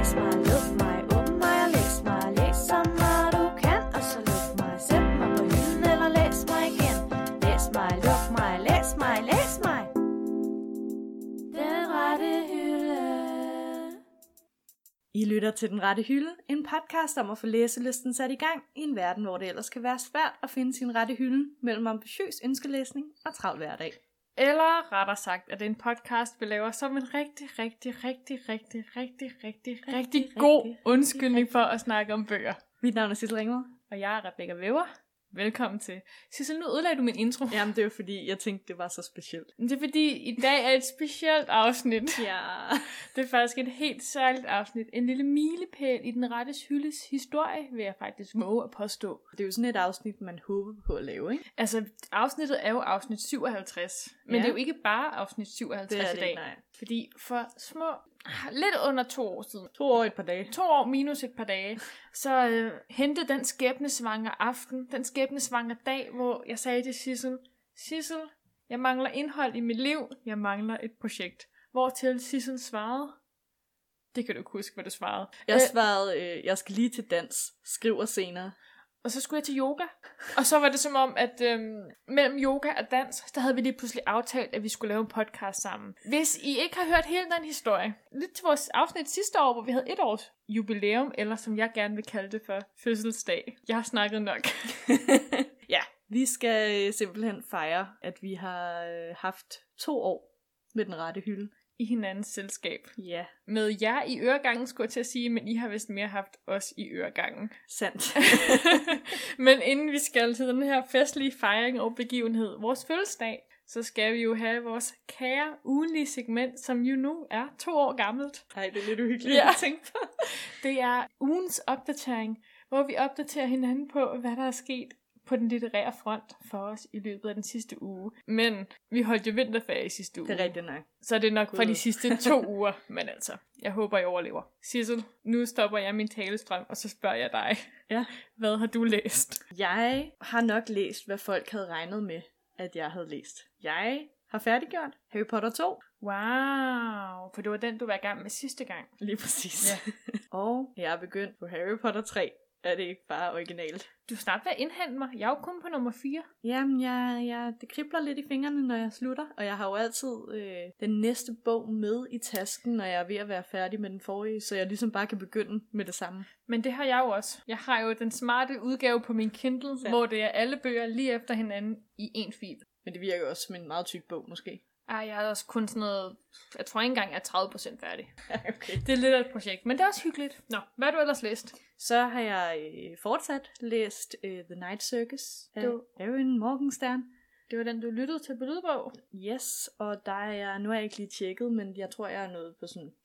Læs mig, luk mig, åbn mig og læs mig. Læs så meget du kan, og så luk mig. Sæt mig på hylden eller læs mig igen. Læs mig, luk mig, læs mig, læs mig. Den rette hylde. I lytter til Den Rette Hylde, en podcast om at få læselysten sat i gang i en verden, hvor det ellers kan være svært at finde sin rette hylde mellem ambitiøs ønskelæsning og travl hverdag. Eller rettere sagt, at det er en podcast, vi laver som en rigtig god undskyldning for at snakke om bøger. Mit navn er Sissel Ringvad. Og jeg er Rebecca Weber. Velkommen til. Sissel, nu ødelagde du min intro. Jamen, det var fordi, jeg tænkte, det var så specielt. Det er fordi, i dag er et specielt afsnit. Ja. Det er faktisk et helt særligt afsnit. En lille milepæl i Den Rettes Hyldes historie, vil jeg faktisk våge at påstå. Det er jo sådan et afsnit, man håber på at lave, ikke? Altså, afsnittet er jo afsnit 57. Men det er jo ikke bare afsnit 57 i dag. Nej. Fordi for lidt under 2 år siden. 2 år og et par dage. 2 år minus et par dage. Så hentede den skæbnesvangre aften, den skæbnesvangre dag, hvor jeg sagde til Sissel, jeg mangler indhold i mit liv, jeg mangler et projekt. Hvortil Sissel svarede, det kan du ikke huske, hvad du svarede. Jeg svarede, jeg skal lige til dans, skriver senere. Og så skulle jeg til yoga. Og så var det som om, at mellem yoga og dans, der havde vi lige pludselig aftalt, at vi skulle lave en podcast sammen. Hvis I ikke har hørt hele den historie, lyt til vores afsnit sidste år, hvor vi havde 1 års jubilæum, eller som jeg gerne vil kalde det for, fødselsdag. Jeg har snakket nok. Ja, vi skal simpelthen fejre, at vi har haft 2 år med Den Rette Hylde. I hinandens selskab. Ja. Med jer i øregangen, skulle jeg til at sige, men I har vist mere haft os i øregangen. Sandt. Men inden vi skal til den her festlige fejring og begivenhed, vores fødselsdag, så skal vi jo have vores kære ugenlige segment, som jo nu er 2 år gammelt. Nej, det er lidt uhyggeligt at tænke på. Det er ugens opdatering, hvor vi opdaterer hinanden på, hvad der er sket på den litterære front for os i løbet af den sidste uge. Men vi holdt jo vinterferie i sidste uge. Det er rigtigt nok. Så det er nok for de sidste 2 uger. Men altså, jeg håber, I overlever. Sissel, nu stopper jeg min talestrøm, og så spørger jeg dig. Ja. Hvad har du læst? Jeg har nok læst, hvad folk havde regnet med, at jeg havde læst. Jeg har færdiggjort Harry Potter 2. Wow, for det var den, du var i gang med sidste gang. Lige præcis. Ja. Og jeg er begyndt på Harry Potter 3. Er det ikke bare originalt? Du er snart ved at indhente mig. Jeg er jo kun på nummer 4. Jamen, det kribler lidt i fingrene, når jeg slutter. Og jeg har jo altid den næste bog med i tasken, når jeg er ved at være færdig med den forrige. Så jeg ligesom bare kan begynde med det samme. Men det har jeg jo også. Jeg har jo den smarte udgave på min Kindle, hvor det er alle bøger lige efter hinanden i en fil. Men det virker jo også som en meget tyk bog, måske. Jeg er også kun sådan noget, jeg tror ikke engang, jeg er 30% færdig. Okay. Det er lidt af et projekt, men det er også hyggeligt. Nå, hvad har du ellers læst? Så har jeg fortsat læst The Night Circus af Erin Morgenstern. Det var den, du lyttede til på lydbog? Yes, og der er jeg, nu har jeg ikke lige tjekket, men jeg tror, jeg er nået på sådan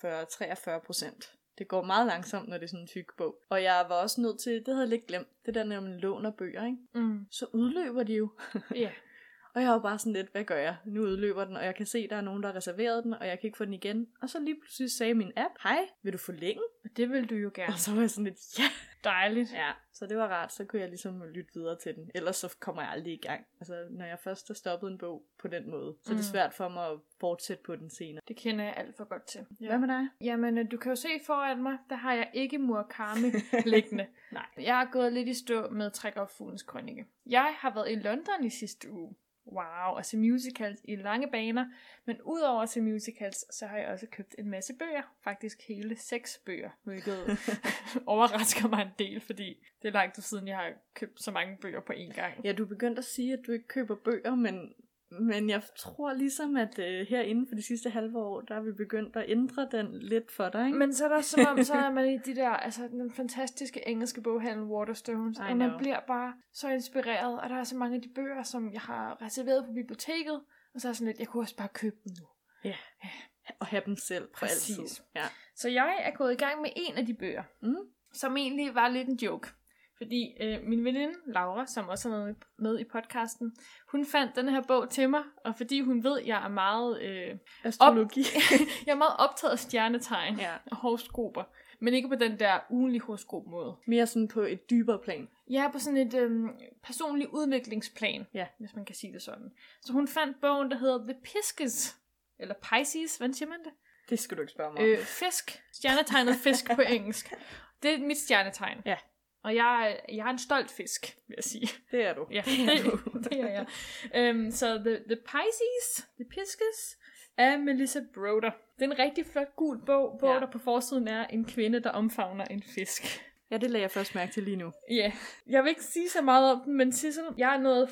42-43%. Det går meget langsomt, når det er sådan en tyk bog. Og jeg var også nødt til, det havde jeg lidt glemt, det der, når man låner bøger, ikke? Mm. Så udløber de jo. Ja. Og jeg var bare sådan lidt, hvad gør jeg? Nu udløber den, og jeg kan se, der er nogen, der har reserveret den, og jeg kan ikke få den igen. Og så lige pludselig sagde min app, hej, vil du forlænge? Og det vil du jo gerne. Og så var jeg sådan lidt, ja. Dejligt. Ja, så det var rart, så kunne jeg ligesom lytte videre til den. Ellers så kommer jeg aldrig i gang. Altså, når jeg først har stoppet en bog på den måde, så er det svært for mig at fortsætte på den senere. Det kender jeg alt for godt til. Ja. Hvad med dig? Jamen, du kan jo se foran mig, der har jeg ikke Murakami liggende. Nej. Jeg har gået lidt i stå med Træk op fuglens krønike. Jeg har været i London i sidste uge. Wow, altså musicals i lange baner. Men udover til musicals, så har jeg også købt en masse bøger. Faktisk hele 6 bøger, hvilket overrasker mig en del, fordi det er langt siden, jeg har købt så mange bøger på én gang. Ja, du begyndte at sige, at du ikke køber bøger, men jeg tror ligesom, at herinde for de sidste halve år, der er vi begyndt at ændre den lidt for dig, ikke? Men så er der som om, så er man i de der, altså den fantastiske engelske boghandel Waterstones, og man bliver bare så inspireret, og der er så mange af de bøger, som jeg har reserveret på biblioteket, og så er sådan lidt, jeg kunne også bare købe dem nu. Ja, og have dem selv for altid. Ja. Så jeg er gået i gang med en af de bøger, som egentlig var lidt en joke. Fordi min veninde Laura, som også er med i podcasten, hun fandt den her bog til mig, og fordi hun ved, at jeg er meget astrologi. Jeg er meget optaget af stjernetegn og horoskoper, men ikke på den der ugenlige horoskop-måde. Mere sådan på et dybere plan. Ja, på sådan et personligt udviklingsplan, hvis man kan sige det sådan. Så hun fandt bogen, der hedder The Pisces, eller Pisces, hvordan siger man det? Det skal du ikke spørge mig om. Fisk. Stjernetegnet fisk på engelsk. Det er mit stjernetegn. Ja. Og jeg er en stolt fisk, vil jeg sige. Det er du. Ja, det er jeg. Så The Pisces, The Pisces, af Melissa Broder. Det er en rigtig flot gul bog, der på forsiden er en kvinde, der omfavner en fisk. Ja, det lader jeg først mærke til lige nu. Ja, jeg vil ikke sige så meget om den, men Sissel, jeg er nået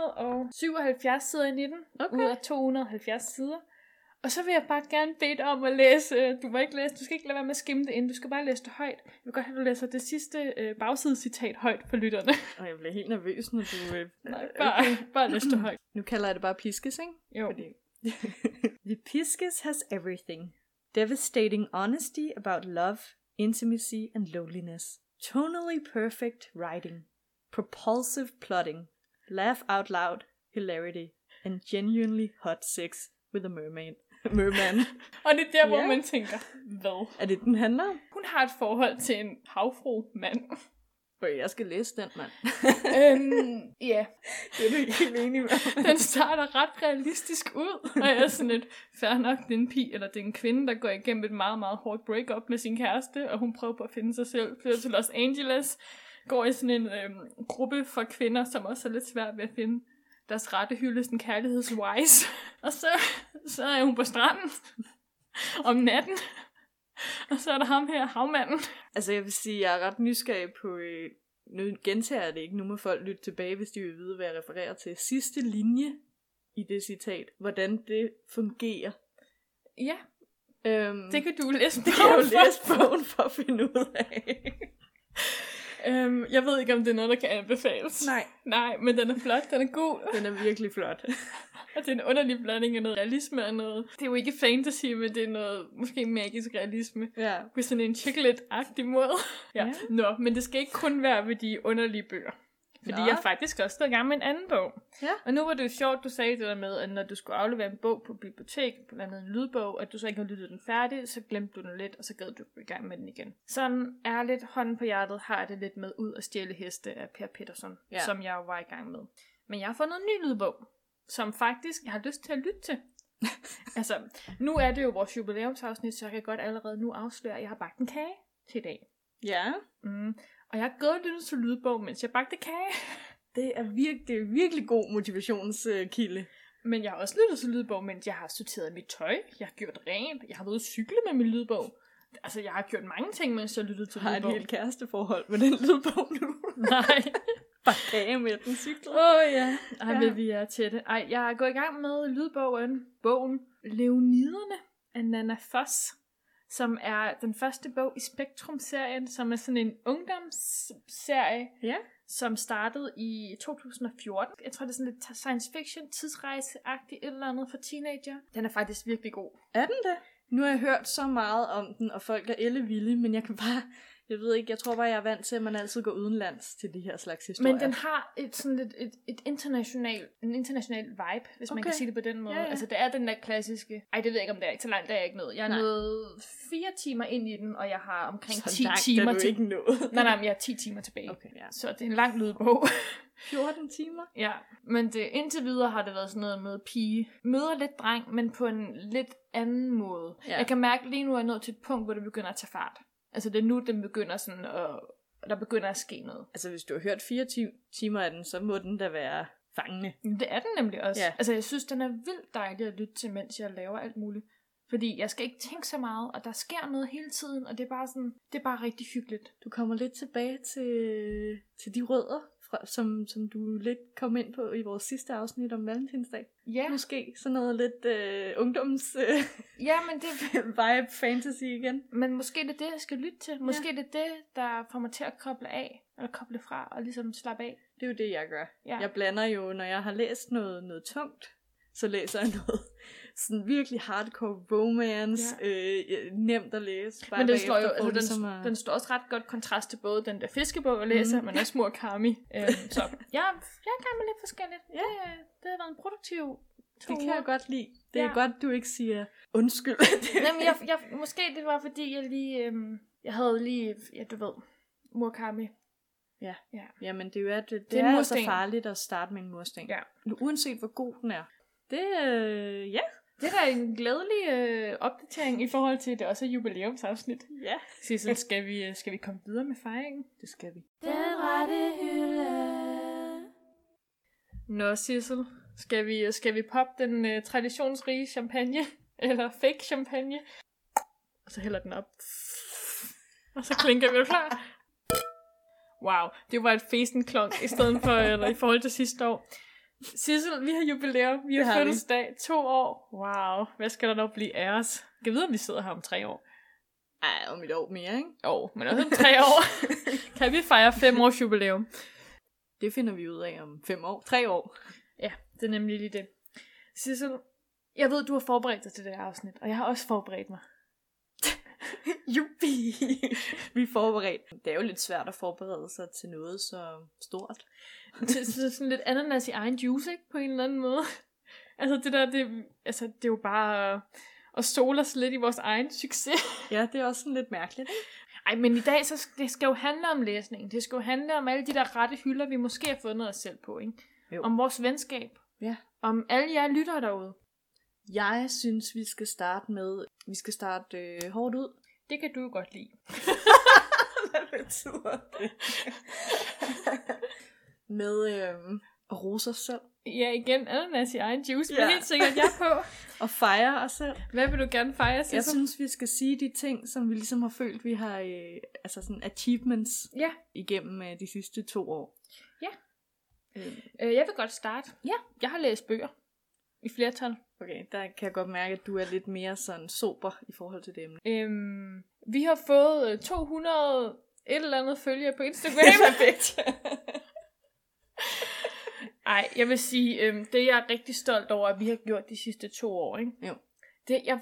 177 sider ind i den, ud af 270 sider. Og så vil jeg bare gerne bede dig om at læse, du skal ikke lade være med at skimme det ind, du skal bare læse det højt. Jeg vil godt have, at du læser det sidste bagsidecitat højt for lytterne. Og jeg bliver helt nervøs, når du... Nej, bare læs det højt. Nu kalder jeg det bare piskes, ikke? Jo. Fordi... The Pisces has everything. Devastating honesty about love, intimacy and loneliness. Tonally perfect writing. Propulsive plotting. Laugh out loud hilarity. And genuinely hot sex with a merman. Og det er der, hvor man tænker, hvad? Er det den handler om? Hun har et forhold til en havfru-mand. Jeg skal læse den, mand. Ja. Det er du ikke helt enig med. Den starter ret realistisk ud, og jeg er sådan lidt, fair nok, det er en pige, eller det er en kvinde, der går igennem et meget, meget hårdt break-up med sin kæreste, og hun prøver på at finde sig selv, flytter til Los Angeles, går i sådan en gruppe for kvinder, som også er lidt svært ved at finde deres rette hylde, sådan kærlighedswise. Og så er hun på stranden om natten, og så er der ham her, havmanden. Altså jeg vil sige, jeg er ret nysgerrig på, nu gentager jeg det ikke, nu må folk lytte tilbage, hvis de vil vide, hvad jeg refererer til. Sidste linje i det citat, hvordan det fungerer. Ja, det kan du læse bogen for at finde ud af. Jeg ved ikke, om det er noget, der kan anbefales. Nej, men den er flot, den er god. Den er virkelig flot. Og det er en underlig blanding af noget realisme og noget... Det er jo ikke fantasy, men det er noget måske magisk realisme. Ja. På sådan en chocolate-agtig måde. Ja. Nå, men det skal ikke kun være ved de underlige bøger. Fordi jeg faktisk også stået i gang med en anden bog. Ja. Og nu var det jo sjovt, du sagde det der med, at når du skulle aflevere en bog på bibliotek, blandt andet en lydbog, at du så ikke havde lyttet den færdig, så glemte du den lidt, og så gad du gå i gang med den igen. Sådan ærligt, hånden på hjertet, har jeg det lidt med Ud og stjæle heste af Per Pettersson, som jeg jo var i gang med. Men jeg har fundet en ny lydbog, som faktisk jeg har lyst til at lytte til. Altså, nu er det jo vores jubilæumsafsnit, så jeg kan godt allerede nu afsløre, at jeg har bagt en kage til i dag. Ja. Og jeg har gået lidt til lydbog, mens jeg bagte kage. Det er virkelig god motivationskilde. Men jeg har også lyttet til lydbog, mens jeg har sorteret mit tøj. Jeg har gjort rent. Jeg har været ude at cykle med min lydbog. Altså, jeg har gjort mange ting, mens jeg har lyttet til lydbog. Har et helt kæresteforhold med den lydbog nu? Nej. Bare kage med den cykler. Ja. Ej, vi er til det. Ej, jeg er gået i gang med bogen Leoniderne af Nana Foss, som er den første bog i Spektrum-serien, som er sådan en ungdomsserie, som startede i 2014. Jeg tror, det er sådan lidt science fiction, tidsrejseagtigt et eller andet for teenager. Den er faktisk virkelig god. Er den det? Nu har jeg hørt så meget om den, og folk er ellevilde, men jeg ved ikke, jeg tror bare, jeg er vant til, at man altid går udenlands til de her slags historier. Men den har en international vibe, hvis man kan sige det på den måde. Ja. Altså, det er den der klassiske... Ej, det ved jeg ikke, om det er ikke så langt, der er jeg ikke nået. Jeg er nået 4 timer ind i den, og jeg har omkring så 10 timer til... ikke nået. Nej, men jeg har 10 timer tilbage. Okay, ja. Så det er en lang lydbog. 14 timer? Ja, men indtil videre har det været sådan noget med pige. Møder lidt dreng, men på en lidt anden måde. Ja. Jeg kan mærke, lige nu er jeg nået til et punkt, hvor det begynder at tage fart. Altså det er nu, den begynder sådan, og der begynder at ske noget. Altså hvis du har hørt 4 timer af den, så må den da være fangende. Det er den nemlig også. Ja. Altså jeg synes, den er vildt dejlig at lytte til, mens jeg laver alt muligt. Fordi jeg skal ikke tænke så meget, og der sker noget hele tiden, og det er bare sådan, det er bare rigtig hyggeligt. Du kommer lidt tilbage til de rødder, som du lidt kom ind på i vores sidste afsnit om Valentinsdag. Ja. Måske sådan noget lidt ungdoms ja, men det vibe fantasy igen. Men måske det er det, jeg skal lytte til. Måske det er det, der får mig til at koble af, eller koble fra, og ligesom slappe af. Det er jo det, jeg gør. Ja. Jeg blander jo, når jeg har læst noget tungt, så læser jeg noget sådan virkelig hardcore romance, nemt at læse. Men den slår jo, altså den står også ret godt kontrast til både den der fiskebog, jeg læser, men også Murakami. Så jeg er gang med lidt forskelligt. Ja. Det har været en produktiv Det kan jeg godt lide. Det er godt, du ikke siger undskyld. Jamen, måske det var, fordi jeg lige... jeg havde lige... Ja, du ved... Murakami. Ja. Jamen, det er jo det er altså farligt at starte med en mursten. Ja. Uanset hvor god den er. Det, Det er da en glædelig opdatering i forhold til, at det også er jubilæumsafsnit. Ja. Sissel, skal vi komme videre med fejringen? Det skal vi. Den rette hylde. Nå, Sissel, skal vi poppe den traditionsrige champagne? Eller fake champagne? Og så hælder den op. Og så klinker vi klar. Wow, det var et festenklonk i stedet for, eller i forhold til sidste år. Sissel, vi har jubilæum. Vi har fødselsdag. 2 år. Wow, hvad skal der nok blive af os? Jeg kan vide, om vi sidder her om 3 år. Ej, om et år mere, ikke? Jo, men også om 3 år. Kan vi fejre 5 års jubilæum? Det finder vi ud af om 5 år. 3 år. Ja, det er nemlig lige det. Sissel, jeg ved, du har forberedt dig til det her afsnit, og jeg har også forberedt mig. Jubi! Vi er forberedt. Det er jo lidt svært at forberede sig til noget så stort. Det er sådan lidt ananas i egen juice, ikke? På en eller anden måde. Altså det der, det er jo bare at sole os lidt i vores egen succes. Ja, det er også sådan lidt mærkeligt, ikke? Ej, men i dag, det skal jo handle om læsning. Det skal jo handle om alle de der rette hylder, vi måske har fundet os selv på, ikke? Jo. Om vores venskab. Ja. Om alle jer lyttere derude. Jeg synes, vi skal starte hårdt ud. Det kan du jo godt lide. Hvad betyder det? Med at rose os selv. Ja, igen, ananas i egen juice. Ja. Men helt sikkert, jeg er på. Og fejre os selv. Hvad vil du gerne fejre, Sissel? Jeg synes, vi skal sige de ting, som vi ligesom har følt, vi har sådan achievements igennem de sidste 2 år. Ja. Jeg vil godt starte. Ja. Jeg har læst bøger i flertal. Okay, der kan jeg godt mærke, at du er lidt mere sådan sober i forhold til det emne. Vi har fået 200 et eller andet følger på Instagram. Perfekt. Ej, jeg vil sige, det jeg er rigtig stolt over, at vi har gjort de sidste 2 år, ikke? Jo. Det jeg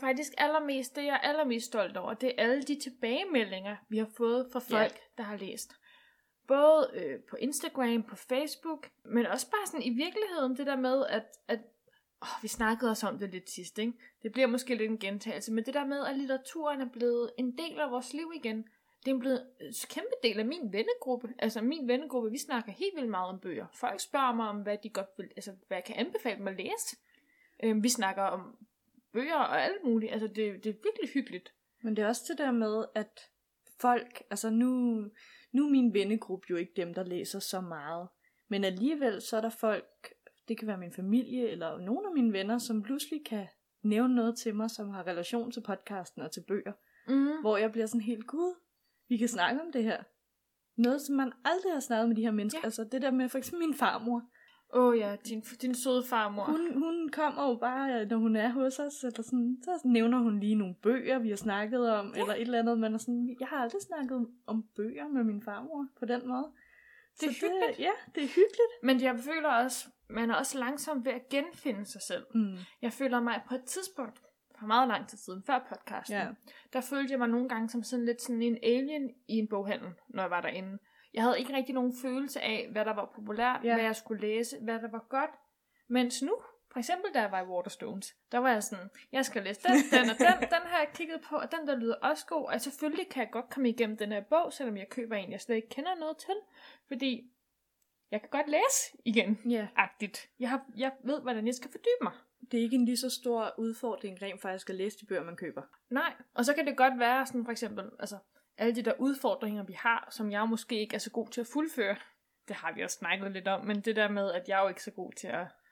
er allermest stolt over, det er alle de tilbagemeldinger, vi har fået fra folk, der har læst. Både på Instagram, på Facebook, men også bare sådan i virkeligheden det der med, at vi snakkede også om det lidt sidst, ikke? Det bliver måske lidt en gentagelse, men det der med, at litteraturen er blevet en del af vores liv igen, det er blevet en kæmpe del af min vennegruppe. Altså min vennegruppe, vi snakker helt vildt meget om bøger. Folk spørger mig om, hvad de godt vil, altså hvad jeg kan anbefale dem at læse. Vi snakker om bøger og alt muligt. Altså det er virkelig hyggeligt. Men det er også det der med, at folk, altså nu er min vennegruppe jo ikke dem, der læser så meget. Men alligevel så er der folk, det kan være min familie, eller nogle af mine venner, som pludselig kan nævne noget til mig, som har relation til podcasten og til bøger. Hvor jeg bliver sådan helt, gud, vi kan snakke om det her. Noget, som man aldrig har snakket med de her mennesker. Ja. Altså det der med for eksempel min farmor. Ja, din søde farmor. Hun kommer jo bare, når hun er hos os, eller sådan, så nævner hun lige nogle bøger, vi har snakket om, eller et eller andet. Man er sådan, jeg har aldrig snakket om bøger med min farmor på den måde. Det er hyggeligt. Det er hyggeligt. Men jeg føler også, man er også langsomt ved at genfinde sig selv. Jeg føler mig på et tidspunkt, for meget lang tid siden, før podcasten, der følte jeg mig nogle gange som sådan lidt sådan en alien i en boghandel, når jeg var derinde. Jeg havde ikke rigtig nogen følelse af, hvad der var populært, hvad jeg skulle læse, hvad der var godt. Mens nu, for eksempel da jeg var i Waterstones, der var jeg sådan, jeg skal læse den og den har jeg kigget på, og den der lyder også god. Og selvfølgelig kan jeg godt komme igennem den her bog, selvom jeg køber en, jeg slet ikke kender noget til. Fordi jeg kan godt læse igen, agtigt. Jeg ved, hvordan jeg skal fordybe mig. Det er ikke en lige så stor udfordring rent faktisk at læse de bøger, man køber. Nej, og så kan det godt være sådan for eksempel, altså alle de der udfordringer, vi har, som jeg måske ikke er så god til at fuldføre. Det har vi også snakket lidt om, men det der med, at jeg er jo ikke så god til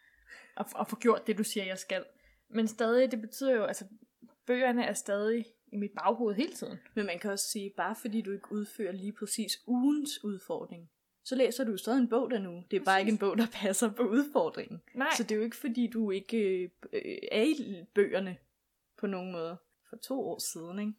at få gjort det, du siger, jeg skal. Men stadig, det betyder jo, altså bøgerne er stadig i mit baghoved hele tiden. Men man kan også sige, bare fordi du ikke udfører lige præcis ugens udfordring, så læser du stadig en bog der nu. Det er bare ikke en bog, der passer på udfordringen. Nej. Så det er jo ikke fordi, du ikke er i bøgerne på nogen måde. For 2 år siden, ikke?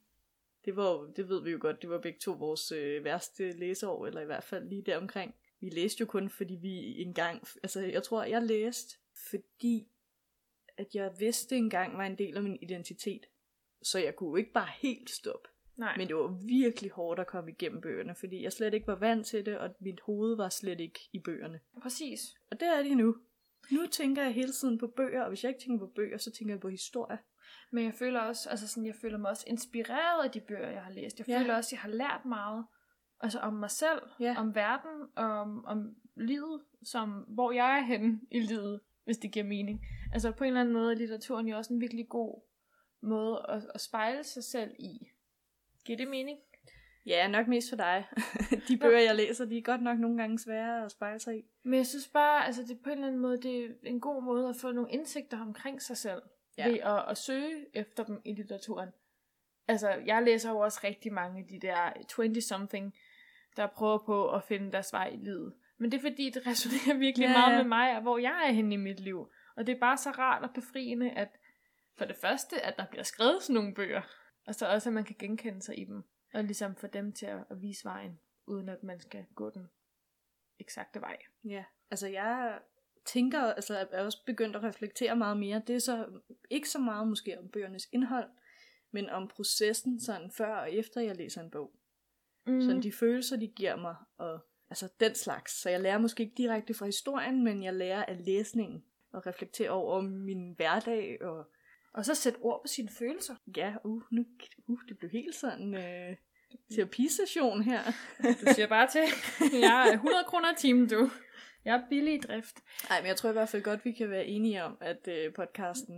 Det ved vi jo godt, det var begge to vores værste læseår, eller i hvert fald lige deromkring. Vi læste jo kun, fordi vi engang, altså jeg tror, jeg læste, fordi at jeg vidste engang var en del af min identitet. Så jeg kunne jo ikke bare helt stoppe. Nej. Men det var virkelig hårdt at komme igennem bøgerne, fordi jeg slet ikke var vant til det, og mit hoved var slet ikke i bøgerne. Præcis. Og det er det nu. Nu tænker jeg hele tiden på bøger, og hvis jeg ikke tænker på bøger, så tænker jeg på historie. Men jeg føler også, altså sådan, jeg føler mig også inspireret af de bøger, jeg har læst. Jeg føler også, jeg har lært meget. Altså om mig selv, om verden, om livet, hvor jeg er henne i livet. hvis det giver mening. Altså på en eller anden måde er litteraturen jo også en virkelig god måde at spejle sig selv i. Giver det mening? Ja, nok mest for dig. De bøger, jeg læser, de er godt nok nogle gange svære at spejle sig i. Men jeg synes bare, altså det på en eller anden måde, det er en god måde at få nogle indsigter omkring sig selv. Ja. Ved at søge efter dem i litteraturen. Altså, jeg læser jo også rigtig mange af de der 20-something, der prøver på at finde deres vej i livet. Men det er fordi, det resonerer virkelig meget med mig, og hvor jeg er henne i mit liv. Og det er bare så rart og befriende, at for det første, at der bliver skrevet sådan nogle bøger, og så også, at man kan genkende sig i dem, og ligesom få dem til at vise vejen, uden at man skal gå den eksakte vej. Ja, altså jeg tænker, altså jeg er også begyndt at reflektere meget mere. Det er så ikke så meget måske om bøgernes indhold, men om processen sådan før og efter jeg læser en bog. Sådan de følelser, de giver mig, og altså den slags. Så jeg lærer måske ikke direkte fra historien, men jeg lærer af læsningen, og reflektere over min hverdag, og så sætte ord på sine følelser. Ja, det blev helt sådan terapisession her. Du siger bare til, jeg er 100 kroner i timen, du. Jeg er billig i drift. Nej, men jeg tror i hvert fald godt, vi kan være enige om, at podcasten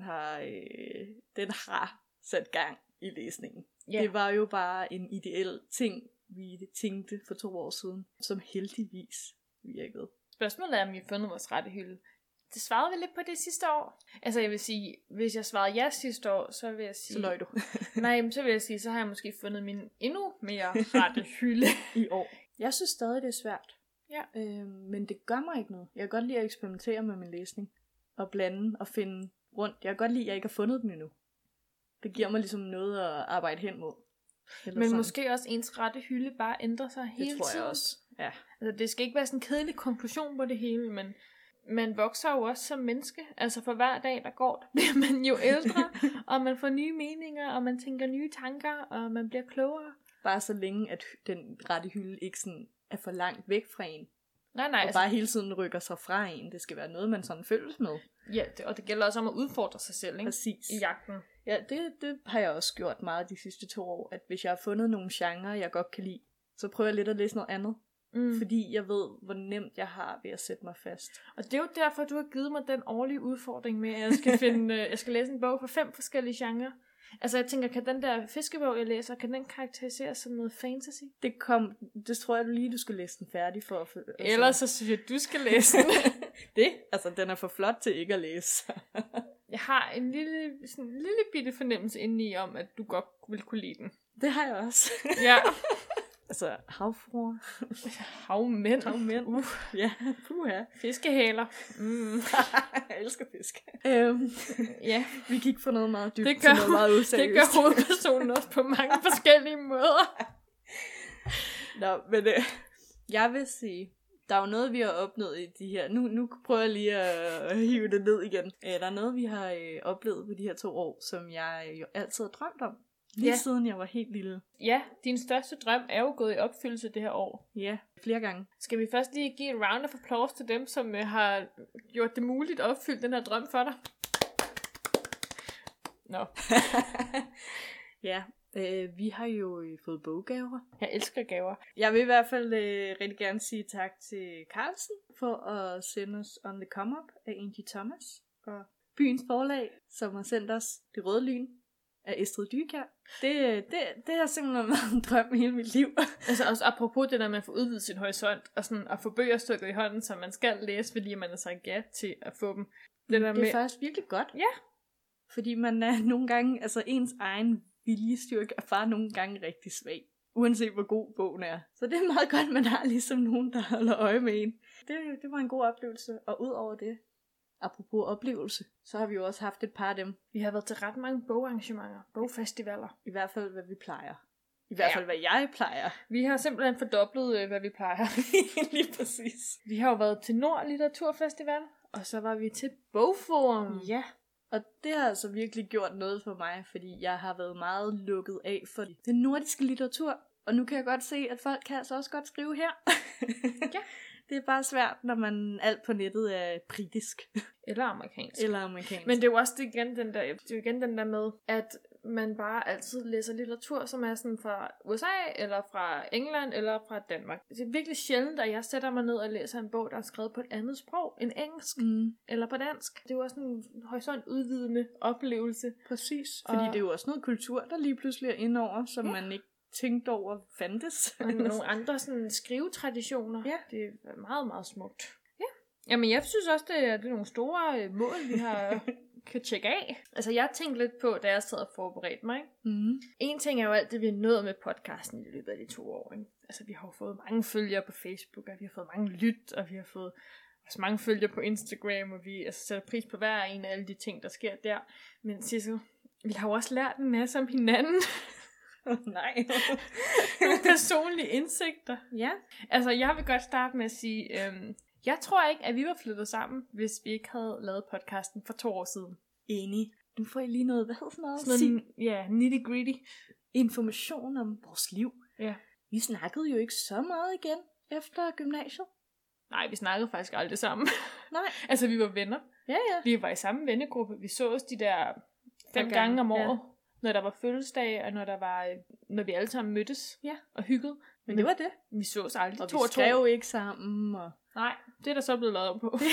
har sat gang i læsningen. Yeah. Det var jo bare en ideel ting, vi tænkte for 2 år siden, som heldigvis virkede. Spørgsmålet er, om vi har fundet vores rette hylde. Det svarede vi lidt på det sidste år. Altså jeg vil sige, hvis jeg svarede ja sidste år, så vil jeg sige... Så løg du. Nej, men så vil jeg sige, så har jeg måske fundet min endnu mere rette hylde i år. Jeg synes stadig, det er svært. Ja. Men det gør mig ikke noget. Jeg kan godt lide at eksperimentere med min læsning. Og blande og finde rundt. Jeg kan godt lide, at jeg ikke har fundet den endnu. Det giver mig ligesom noget at arbejde hen mod. Men sådan. Måske også ens rette hylde bare ændrer sig hele tiden. Det tror jeg også. Ja. Altså det skal ikke være sådan en kedelig konklusion på det hele, men man vokser jo også som menneske. Altså for hver dag der går, der bliver man jo ældre, og man får nye meninger, og man tænker nye tanker, og man bliver klogere. Bare så længe, at den rette hylde ikke sådan er for langt væk fra en. Nej, og altså, bare hele tiden rykker sig fra en. Det skal være noget, man sådan føles med. Ja, og det gælder også om at udfordre sig selv, ikke? Præcis. I jagten. Ja, det har jeg også gjort meget de sidste 2 år. At hvis jeg har fundet nogle genrer, jeg godt kan lide, så prøver jeg lidt at læse noget andet. Fordi jeg ved, hvor nemt jeg har ved at sætte mig fast. Og det er jo derfor, du har givet mig den årlige udfordring med, at jeg skal læse en bog for 5 forskellige genrer. Altså jeg tænker, kan den der fiskebog, jeg læser, kan den karakteriseres som noget fantasy? Det tror jeg du skal læse den færdig for. Altså. Ellers så synes jeg, du skal læse den. Den er for flot til ikke at læse. Jeg har en lille bitte fornemmelse indeni om, at du godt vil kunne lide den. Det har jeg også. Ja. Altså havfruer. Havmænd. Ja, puha. Fiskehaler. Jeg elsker fisk. Ja. Vi gik for noget meget dybt til noget meget useriøst. Det gør hovedpersonen også på mange forskellige måder. Nå, men jeg vil sige, der er jo noget, vi har opnået i de her... Nu prøver jeg lige at hive det ned igen. Der er noget, vi har oplevet på de her 2 år, som jeg jo altid har drømt om. Lige siden jeg var helt lille. Ja, din største drøm er jo gået i opfyldelse det her år. Ja, flere gange. Skal vi først lige give en round of applause til dem, som har gjort det muligt at opfylde den her drøm for dig? Nå. Ja, vi har jo fået boggaver. Jeg elsker gaver. Jeg vil i hvert fald rigtig gerne sige tak til Carlsen for at sende os On the Come Up af Angie Thomas. Og Byens Forlag, som har sendt os Det Røde Lyn af Estrid Dykjær. Det har simpelthen været en drøm i hele mit liv. Altså også apropos det der med at få udvidet sin horisont, og sådan at få bøger stykket i hånden, som man skal læse, fordi man har sagt ja til at få dem. Det er faktisk virkelig godt. Ja. Fordi man er nogle gange, altså ens egen viljestyrke er bare nogle gange rigtig svag. Uanset hvor god bogen er. Så det er meget godt, man har ligesom nogen, der holder øje med en. Det var en god oplevelse. Og ud over det, apropos oplevelse, så har vi jo også haft et par af dem. Vi har været til ret mange bogarrangementer, bogfestivaler. I hvert fald, hvad vi plejer. I hvert fald, hvad jeg plejer. Vi har simpelthen fordoblet, hvad vi plejer. Lige præcis. Vi har jo været til Nord Litteraturfestival, og så var vi til Bogforum. Ja, og det har altså virkelig gjort noget for mig, fordi jeg har været meget lukket af for den nordiske litteratur. Og nu kan jeg godt se, at folk kan altså også godt skrive her. Ja. Det er bare svært, når man alt på nettet er britisk. Eller amerikansk. Eller amerikansk. Men det er jo også igen den der med, at man bare altid læser litteratur, som er sådan fra USA, eller fra England, eller fra Danmark. Det er virkelig sjældent, at jeg sætter mig ned og læser en bog, der er skrevet på et andet sprog end engelsk, eller på dansk. Det er jo også en horisont udvidende oplevelse. Præcis, fordi det er jo også noget kultur, der lige pludselig er indover, som man ikke tænkte over fandtes. Og nogle andre sådan skrivetraditioner. Ja. Det er meget, meget smukt. Ja. Jamen, jeg synes også, det er nogle store mål, vi har kan tjekke af. Altså, jeg tænkte lidt på, da jeg sad og forberedte mig. En ting er jo alt det, vi er nået med podcasten i løbet af de 2 år. Ikke? Altså, vi har jo fået mange følgere på Facebook, og vi har fået mange lyt, og vi har fået også mange følgere på Instagram, og vi sætter pris på hver en af alle de ting, der sker der. Men Sissel, vi har jo også lært en masse om hinanden. Nej. Nogle personlige indsigter. Ja. Altså, jeg vil godt starte med at sige, jeg tror ikke, at vi var flyttet sammen, hvis vi ikke havde lavet podcasten for 2 år siden. Enig. Nu får I lige noget, hvad hedder sådan noget? Sådan noget, ja, nitty-gritty. Information om vores liv. Ja. Vi snakkede jo ikke så meget igen efter gymnasiet. Nej, vi snakkede faktisk aldrig sammen. Nej. Altså, vi var venner. Ja. Vi var i samme vennegruppe. Vi så os de der 5 gange om året. Ja. Når der var fødselsdag, og når vi alle sammen mødtes og hyggede. Men det var det. Vi så os aldrig. Og vi skrev ikke sammen. Og... Nej, det er der så blevet lavet om på.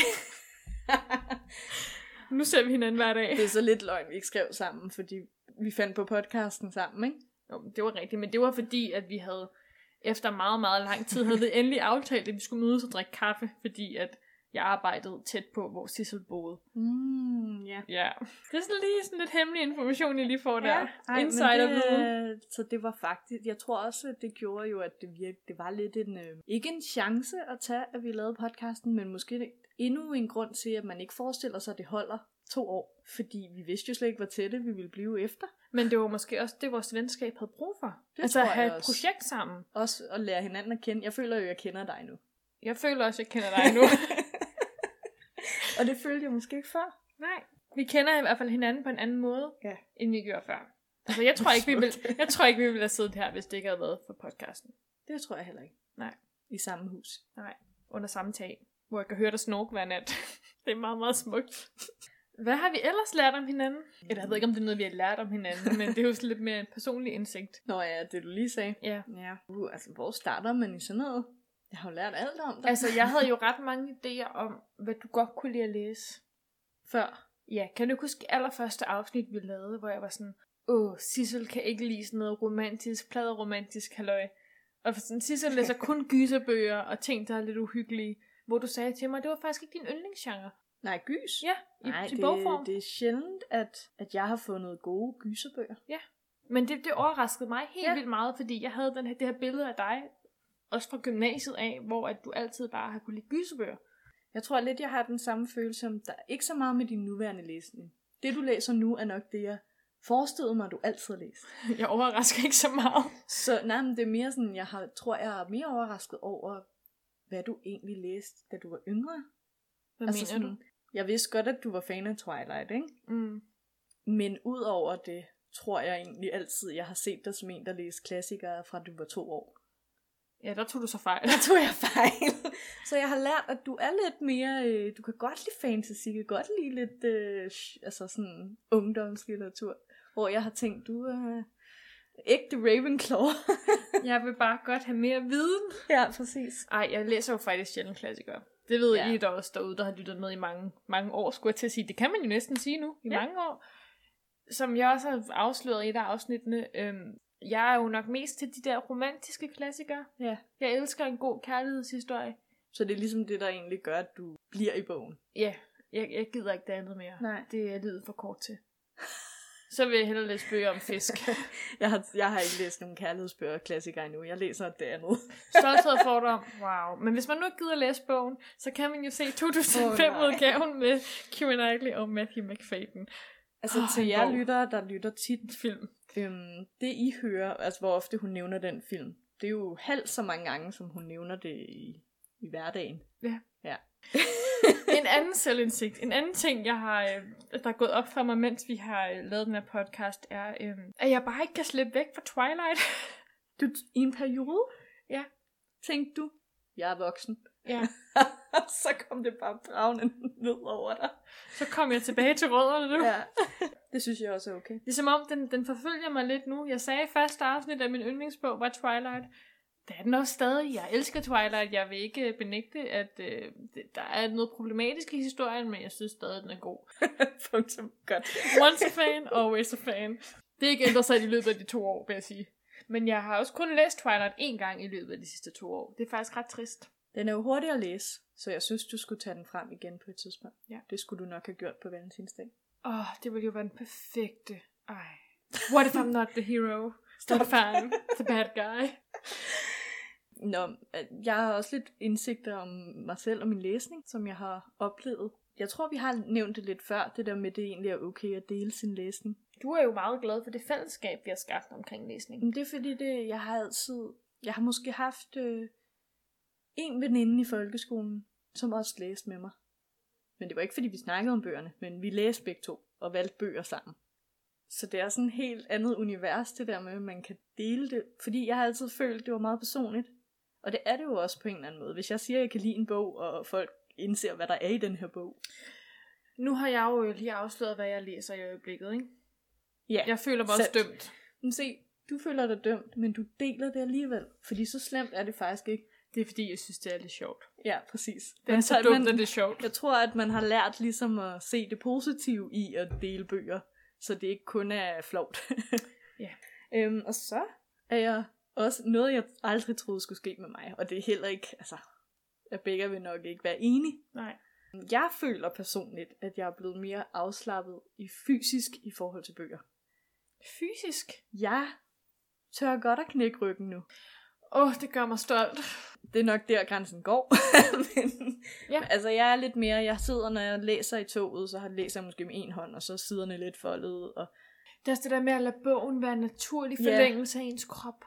Nu ser vi hinanden hver dag. Det er så lidt løgn, vi ikke skrev sammen, fordi vi fandt på podcasten sammen, ikke? Jo, det var rigtigt, men det var fordi, at vi havde efter meget, meget lang tid, havde vi endelig aftalt, at vi skulle mødes og drikke kaffe, fordi at jeg arbejdede tæt på, hvor Sissel boede. Ja. Ja. Det er sådan lidt hemmelig information, jeg lige får der. Insiderviden. Så det var faktisk, jeg tror også, at det gjorde jo, at det var lidt ikke en chance at tage, at vi lavede podcasten, men måske endnu en grund til, at man ikke forestiller sig, at det holder 2 år. Fordi vi vidste jo slet ikke, hvor tætte vi ville blive efter. Men det var måske også det, vores venskab havde brug for. Det altså at have et også. Projekt sammen. Også at lære hinanden at kende. Jeg føler jo, at jeg kender dig nu. Jeg føler også, at jeg kender dig nu. Og det følte jeg måske ikke før. Nej. Vi kender i hvert fald hinanden på en anden måde, end vi gjorde før. Altså, jeg tror ikke, vi ville have siddet her, hvis det ikke havde været for podcasten. Det tror jeg heller ikke. Nej. I samme hus. Nej. Under samme tag, hvor jeg kan høre dig snorke hver nat. Det er meget, meget smukt. Hvad har vi ellers lært om hinanden? Jeg ved ikke, om det er noget, vi har lært om hinanden, men det er jo sådan lidt mere en personlig indsigt. Nå ja, det du lige sagde. Ja. Altså, hvor starter man i sådan noget? Jeg har jo lært alt om det. Altså, jeg havde jo ret mange idéer om, hvad du godt kunne lide at læse. Før. Ja, kan du huske allerførste afsnit, vi lavede, hvor jeg var sådan, Sissel kan ikke lide sådan noget romantisk, pladeromantisk halløj. Og sådan, Sissel læser kun gyserbøger og ting, der er lidt uhyggelige. Hvor du sagde til mig, det var faktisk ikke din yndlingsgenre. Nej, gys? Ja, i bogform. Det er sjældent, at jeg har fundet gode gyserbøger. Ja, men det overraskede mig helt vildt meget, fordi jeg havde det her billede af dig, også fra gymnasiet af, hvor at du altid bare har kunne lide gyserbøger. Jeg tror lidt, jeg har den samme følelse om, der er ikke så meget med din nuværende læsning. Det du læser nu er nok det, jeg forestillede mig, du altid har læst. Jeg overrasker ikke så meget. Så nej, men det er mere sådan, jeg er mere overrasket over, hvad du egentlig læste, da du var yngre. Hvad mener du? Jeg vidste godt, at du var fan af Twilight, ikke? Mm. Men ud over det, tror jeg egentlig altid, jeg har set dig som en, der læste klassikere fra du var 2 år. Ja, der tog du så fejl. Der tog jeg fejl. Så jeg har lært, at du er lidt mere, du kan godt lide fantasy, du kan godt lide lidt, altså sådan ungdomslitteratur. Hvor jeg har tænkt, du er ægte Ravenclaw. Jeg vil bare godt have mere viden. Ja, præcis. Ej, jeg læser jo faktisk sjældent klassikere. Det ved I der også derude, der har lyttet med i mange år, skulle jeg til at sige. Det kan man jo næsten sige nu, i mange år. Som jeg også har afsløret i et af afsnittene. Jeg er jo nok mest til de der romantiske klassikere. Ja. Jeg elsker en god kærlighedshistorie. Så det er ligesom det, der egentlig gør, at du bliver i bogen. Ja, jeg gider ikke det andet mere. Nej. Det er livet for kort til. Så vil jeg hellere læse bøger om fisk. jeg har ikke læst nogen kærlighedsbøger og klassikere endnu. Jeg læser det andet. Stolthed og fordom. Wow. Men hvis man nu ikke gider læse bogen, så kan man jo se 2005-udgaven med Keira Knightley og Matthew Macfadyen. Altså til jer lyttere, der lytter tit film. Det I hører, altså hvor ofte hun nævner den film, det er jo halvt så mange gange, som hun nævner det i hverdagen. Ja. En anden selvindsigt, en anden ting, der er gået op for mig, mens vi har lavet den her podcast, er, at jeg bare ikke kan slippe væk fra Twilight. I en periode? Ja. Tænkte du, jeg er voksen. Ja. Så kom det bare bravende ned over dig. Så kom jeg tilbage til rødderne nu. Ja. Det synes jeg også er okay. Det er som om, den forfølger mig lidt nu. Jeg sagde i første afsnit, at min yndlingsbog var Twilight. Det er den også stadig. Jeg elsker Twilight. Jeg vil ikke benægte, at der er noget problematisk i historien, men jeg synes stadig, at den er god. Punktum. Godt. Once a fan, always a fan. Det er ikke ændret sig i løbet af de 2 år, vil jeg sige. Men jeg har også kun læst Twilight 1 gang i løbet af de sidste 2 år. Det er faktisk ret trist. Den er jo hurtig at læse, så jeg synes, du skulle tage den frem igen på et tidspunkt. Ja. Det skulle du nok have gjort på valentinsdag. Det ville jo være den perfekte. What if I'm not the hero? Not fine. The bad guy. Nå, jeg har også lidt indsigter om mig selv og min læsning, som jeg har oplevet. Jeg tror, vi har nævnt det lidt før, det der med, det egentlig er okay at dele sin læsning. Du er jo meget glad for det fællesskab, vi har skabt omkring læsning. Men det er fordi, jeg har måske haft en veninde i folkeskolen, som også læste med mig. Men det var ikke fordi, vi snakkede om bøgerne, men vi læste begge to og valgte bøger sammen. Så det er sådan et helt andet univers, det der med, at man kan dele det. Fordi jeg har altid følt, at det var meget personligt. Og det er det jo også på en eller anden måde. Hvis jeg siger, at jeg kan lide en bog, og folk indser, hvad der er i den her bog. Nu har jeg jo lige afsløret, hvad jeg læser i øjeblikket, ikke? Ja. Jeg føler mig også dømt. Men se, du føler dig dømt, men du deler det alligevel. Fordi så slemt er det faktisk ikke. Det er fordi, jeg synes, det er lidt sjovt. Ja, præcis. Det er så dumt, at det er sjovt. Jeg tror, at man har lært ligesom at se det positive i at dele bøger. Så det ikke kun er flovt. Ja. Og så er jeg også noget, jeg aldrig troede skulle ske med mig. Og det er heller ikke, at begge vil nok ikke være enige. Nej. Jeg føler personligt, at jeg er blevet mere afslappet fysisk i forhold til bøger. Fysisk? Jeg tør godt at knække ryggen nu. Det gør mig stolt. Det er nok der, grænsen går. Men, ja. Altså, jeg er lidt mere, jeg sidder, når jeg læser i toget, så læser jeg måske med en hånd, og så siderne lidt foldet. Og... Det er også det der med at lade bogen være en naturlig forlængelse af ens krop.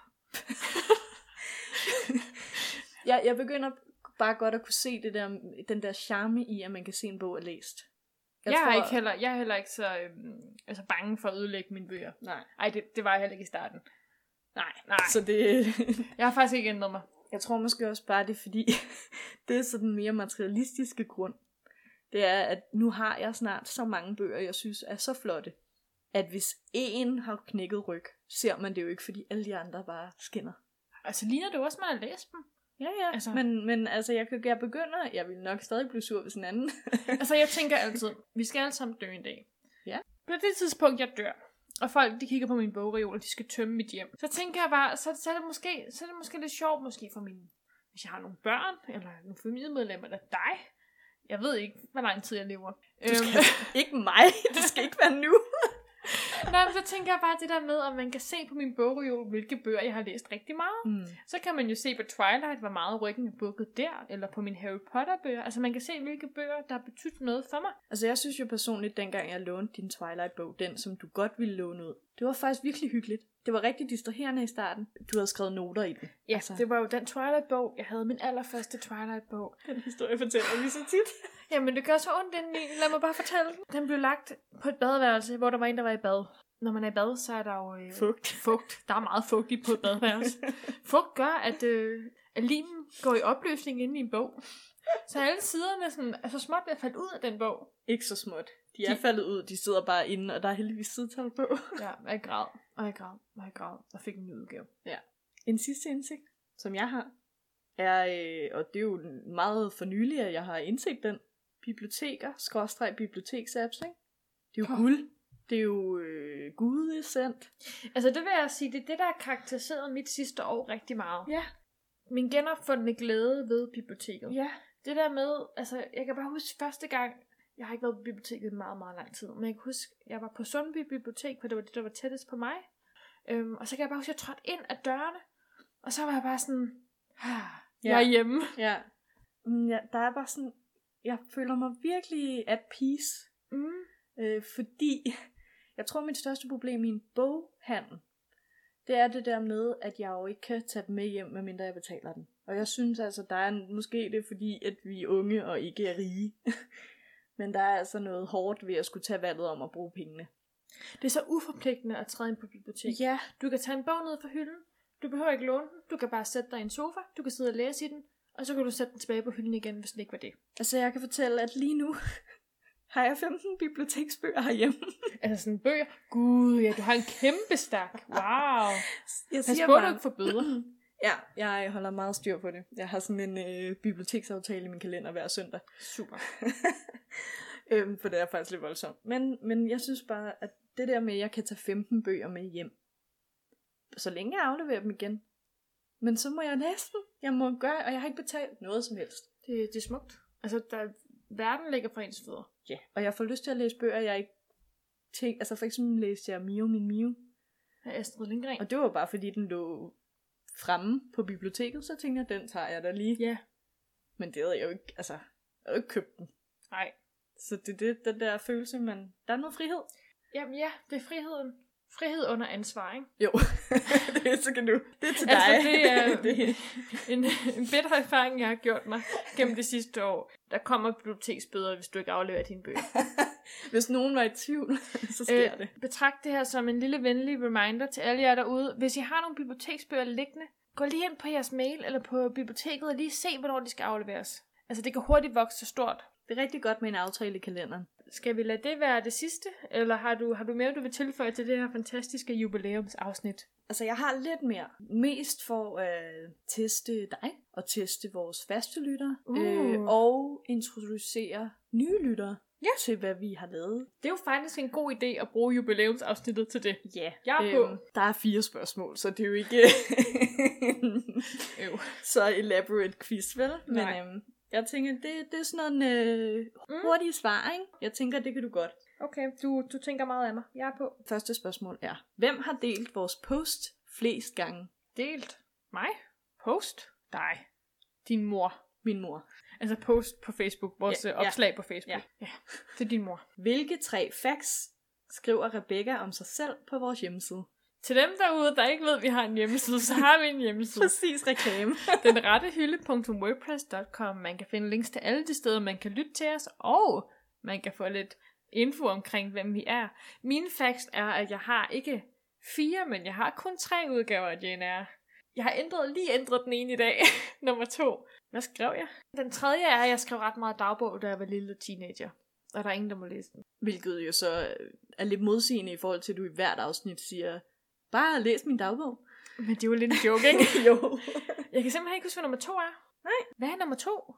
Jeg begynder bare godt at kunne se det der, den der charme i, at man kan se en bog er læst. Jeg er heller ikke så bange for at ødelægge mine bøger. Nej. Ej, det var jeg heller ikke i starten. Nej. Så det... Jeg har faktisk ikke ændret mig. Jeg tror måske også bare, det er fordi, det er sådan den mere materialistiske grund. Det er, at nu har jeg snart så mange bøger, jeg synes er så flotte, at hvis en har knækket ryg, ser man det jo ikke, fordi alle de andre bare skinner. Altså ligner det også, man har læst dem? Ja, altså. Men altså, jeg begynder, jeg vil nok stadig blive sur hvis en anden. Altså, jeg tænker altid, vi skal alle sammen dø en dag. Ja. På det tidspunkt, jeg dør, og folk, de kigger på min bogreol, og de skal tømme mit hjem, så tænker jeg bare, så er det måske lidt sjovt, måske for mine, hvis jeg har nogle børn, eller nogle familiemedlemmer, eller dig. Jeg ved ikke, hvor lang tid jeg lever. Ikke mig, det skal ikke være nu. Nej, men så tænker jeg bare det der med, at man kan se på min bogreol, hvilke bøger jeg har læst rigtig meget. Så kan man jo se på Twilight, hvor meget ryggen er bukket der, eller på mine Harry Potter-bøger. Altså man kan se, hvilke bøger, der har betydet noget for mig. Altså jeg synes jo personligt, dengang jeg lånte din Twilight-bog, den som du godt ville låne ud, det var faktisk virkelig hyggeligt. Det var rigtig distraherende i starten. Du havde skrevet noter i den. Ja, altså. Det var jo den Twilight-bog. Jeg havde min allerførste Twilight-bog. Den historie fortæller vi så tit. Jamen, det gør så ondt indeni. Lad mig bare fortælle den. Den blev lagt på et badeværelse, hvor der var en, der var i bad. Når man er i bad, så er der jo fugt. Der er meget fugt i på et badeværelse. Fugt gør, at limen går i opløsning inde i en bog. Så alle siderne sådan, er så småt ved at falde ud af den bog. Ikke så småt. De er faldet ud, de sidder bare inde, og der er heldigvis sidetal på. Ja, og jeg græd, og fik en ny udgave. Ja. En sidste indsigt, som jeg har, er, og det er jo meget for nylig, at jeg har indset den, biblioteker/biblioteksapps, ikke? Det er jo guld. Det er jo gudesendt. Altså det vil jeg sige, det er det, der har karakteriseret mit sidste år rigtig meget. Ja. Min genopfundne glæde ved biblioteket. Ja. Det der med, altså jeg kan bare huske første gang, jeg har ikke været på biblioteket i meget, meget lang tid, men jeg kan huske, jeg var på Sundby Bibliotek, for det var det, der var tættest på mig. Og så kan jeg bare huske, at jeg trådte ind ad dørene, og så var jeg bare sådan, jeg er hjemme. Ja. Ja, der er bare sådan, jeg føler mig virkelig at peace. Fordi jeg tror, mit største problem i en boghandel, det er det der med, at jeg jo ikke kan tage dem med hjem, medmindre jeg betaler den. Og jeg synes altså, der er måske det fordi, at vi er unge og ikke er rige. Men der er altså noget hårdt ved at skulle tage valget om at bruge pengene. Det er så uforpligtende at træde ind på biblioteket. Ja. Du kan tage en bog ned fra hylden. Du behøver ikke låne den. Du kan bare sætte dig i en sofa. Du kan sidde og læse i den. Og så kan du sætte den tilbage på hylden igen, hvis den ikke var det. Altså jeg kan fortælle, at lige nu har jeg 15 biblioteksbøger herhjemme. Altså sådan bøger. Gud, ja, du har en kæmpe stak. Wow. Jeg Pas på, du ikke får bøder. Ja, jeg holder meget styr på det. Jeg har sådan en biblioteksaftale i min kalender hver søndag. Super. For det er faktisk lidt voldsomt. Men jeg synes bare, at det der med, at jeg kan tage 15 bøger med hjem, så længe jeg afleverer dem igen, men så må jeg læse dem. Jeg må gøre, og jeg har ikke betalt noget som helst. Det er smukt. Altså, verden ligger for ens fødder. Ja, og jeg får lyst til at læse bøger, jeg ikke tænkte. Altså for eksempel læste jeg Mio, min Mio. Af Astrid Lindgren. Og det var bare fordi, den lå fremme på biblioteket, så tænkte jeg, den tager jeg da lige. Ja. Men det havde jeg jo ikke, altså, jeg havde jo ikke købt den. Nej. Så det er det, den der følelse, men der er noget frihed. Jamen ja, det er friheden. Frihed under ansvar, ikke? Jo, så kan du. Det er til dig. Altså, det er en bitter erfaring, jeg har gjort mig gennem det sidste år. Der kommer biblioteksbøder, hvis du ikke afleverer dine bøger. Hvis nogen var i tvivl, så sker det. Betragt det her som en lille venlig reminder til alle jer derude. Hvis I har nogle biblioteksbøger liggende, gå lige ind på jeres mail eller på biblioteket og lige se, hvornår de skal afleveres. Altså, det kan hurtigt vokse så stort. Det er rigtig godt med en aftale i kalenderen. Skal vi lade det være det sidste? Eller har du mere, du vil tilføje til det her fantastiske jubilæumsafsnit? Altså, jeg har lidt mere. Mest for at teste dig og teste vores faste lyttere. Og introducere nye lyttere til, hvad vi har lavet. Det er jo faktisk en god idé at bruge jubilæumsafsnittet til det. Ja. Jeg er på. Der er 4 spørgsmål, så det er jo ikke så elaborate quiz, vel? Men jeg tænker, det er sådan en hurtige svar, ikke? Jeg tænker, det kan du godt. Okay, du tænker meget af mig. Jeg er på. Første spørgsmål er, hvem har delt vores post flest gange? Delt? Mig? Post? Dig? Din mor? Min mor. Altså post på Facebook, vores opslag på Facebook. Ja, det er din mor. Hvilke 3 facts skriver Rebecca om sig selv på vores hjemmeside? Til dem derude, der ikke ved, at vi har en hjemmeside, så har vi en hjemmeside. Præcis, reklame. denrettehylde.wordpress.com. Man kan finde links til alle de steder, man kan lytte til os, og man kan få lidt info omkring, hvem vi er. Min facts er, at jeg har ikke 4, men jeg har kun 3 udgaver af Jane Eyre. Jeg har lige ændret den ene i dag. Nummer 2. Hvad skrev jeg? Den tredje er, at jeg skrev ret meget dagbog, da jeg var lille teenager. Og der er ingen, der må læse den. Hvilket jo så er lidt modsigende i forhold til, at du i hvert afsnit siger, bare læs min dagbog. Men det er jo lidt en joke, ikke? Jo. Jeg kan simpelthen ikke huske, hvad nummer 2 er. Nej. Hvad er nummer 2?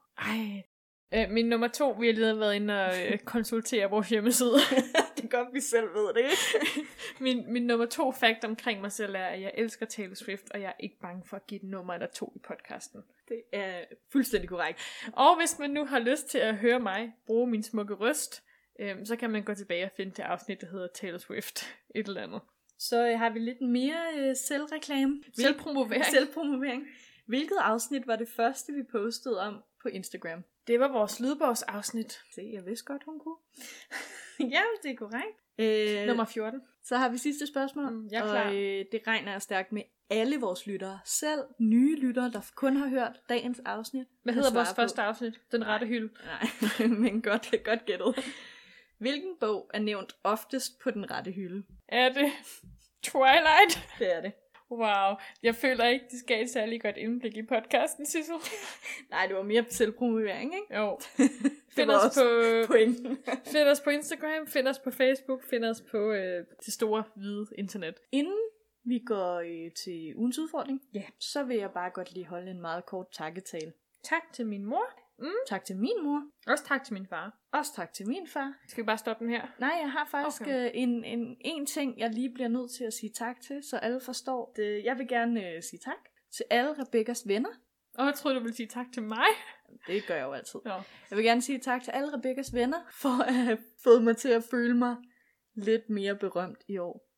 Min nummer 2, vi har lige været inde og konsultere vores hjemmeside. Det er godt, vi selv ved det, ikke? min nummer 2 fact omkring mig selv er, at jeg elsker Taylor Swift, og jeg er ikke bange for at give et nummer eller 2 i podcasten. Det er fuldstændig korrekt. Og hvis man nu har lyst til at høre mig bruge min smukke røst, så kan man gå tilbage og finde det afsnit, der hedder Taylor Swift. Et eller andet. Så har vi lidt mere selvreklame. Selvpromovering. Hvilket afsnit var det første, vi postede om på Instagram? Det var vores lydbogsafsnit. Se, jeg vidste godt, hun kunne. Ja, det er korrekt. Nummer 14. Så har vi sidste spørgsmål. Jeg er klar. Og det regner jeg stærkt med alle vores lyttere. Selv nye lyttere, der kun har hørt dagens afsnit. Hvad hedder vores første afsnit? Den rette hylde. Nej, men godt gættet. Hvilken bog er nævnt oftest på den rette hylde? Er det Twilight? Det er det. Wow, jeg føler ikke, det skal et særlig godt indblik i podcasten, Sissel. Nej, det var mere selvpromovering, ikke? Jo. Find os på pointen. Find os på Instagram, find os på Facebook, find os på det store, hvide internet. Inden vi går til ugens udfordring, så vil jeg bare godt lige holde en meget kort takketale. Tak til min mor. Tak til min mor. Også tak til min far. Også tak til min far. Skal vi bare stoppe den her? Nej, jeg har faktisk en ting, jeg lige bliver nødt til at sige tak til, så alle forstår det. Jeg vil gerne sige tak til alle Rebeccas venner. Og jeg troede, du ville sige tak til mig. Det gør jeg jo altid. Ja. Jeg vil gerne sige tak til alle Rebeccas venner, for at have fået mig til at føle mig lidt mere berømt i år.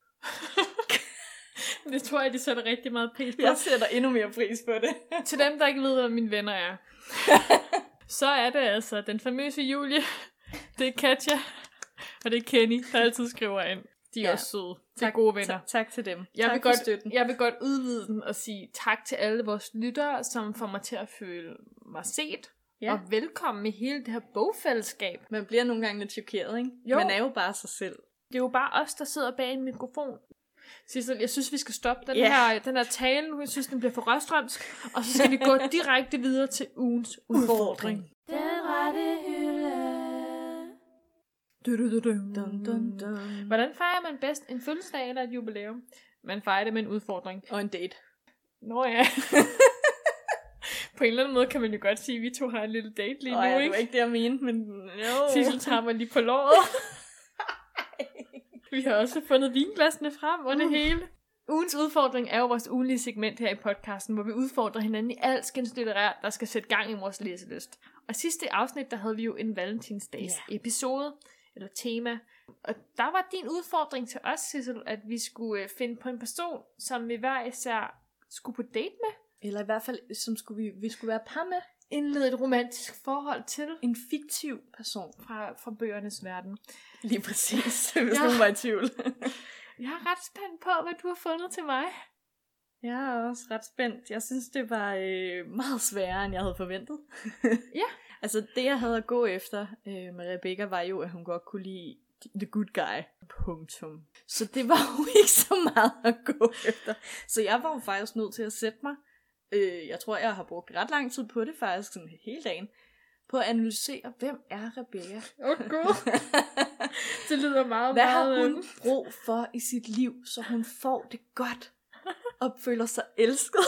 Det tror jeg, de sætter rigtig meget pris på. Jeg sætter endnu mere pris på det. Til dem, der ikke ved, hvad mine venner er. Så er det altså den famøse Julie. Det er Katja. Og det er Kenny, der altid skriver ind. De er også søde. Det er gode venner. Tak til dem. Jeg vil godt udvide den og sige tak til alle vores lyttere, som får mig til at føle mig set. Ja. Og velkommen i hele det her bogfællesskab. Man bliver nogle gange lidt chokeret, ikke? Jo. Man er jo bare sig selv. Det er jo bare os, der sidder bag en mikrofon. Sissel, jeg synes, vi skal stoppe den her tale nu. Jeg synes, den bliver for rørstrømsk. Og så skal vi gå direkte videre til ugens udfordring. Den rette hylde. Dun, dun, dun. Hvordan fejrer man bedst en fødselsdag eller et jubilæum? Man fejrer det med en udfordring. Og en date. Nå ja. På en eller anden måde kan man jo godt sige, at vi to har en lille date lige nu, ja, ikke? det var ikke det, jeg mente, men jo. Sissel tager mig lige på låret. Vi har også fundet vinglassene frem og det hele. Ugens udfordring er jo vores ugenlige segment her i podcasten, hvor vi udfordrer hinanden i alt skønlitterært, der skal sætte gang i vores læselyst. Og sidste afsnit, der havde vi jo en valentinsdags episode, eller tema. Og der var din udfordring til os, Sissel, at vi skulle finde på en person, som vi hver især skulle på date med. Eller i hvert fald, som vi skulle være par med. Indlede et romantisk forhold til. En fiktiv person. Fra bøgernes verden. Lige præcis, hvis nogen var i tvivl. Jeg er ret spændt på, hvad du har fundet til mig. Jeg er også ret spændt. Jeg synes, det var meget sværere, end jeg havde forventet. Ja. Altså, det jeg havde at gå efter med Rebecca, var jo, at hun godt kunne lide the good guy. Punktum. Så det var jo ikke så meget at gå efter. Så jeg var jo faktisk nødt til at sætte mig. Jeg tror, jeg har brugt ret lang tid på det, faktisk sådan hele dagen. På at analysere, hvem er Rebecca? Gud. Det lyder meget, hvad har hun brug for i sit liv, så hun får det godt og føler sig elsket?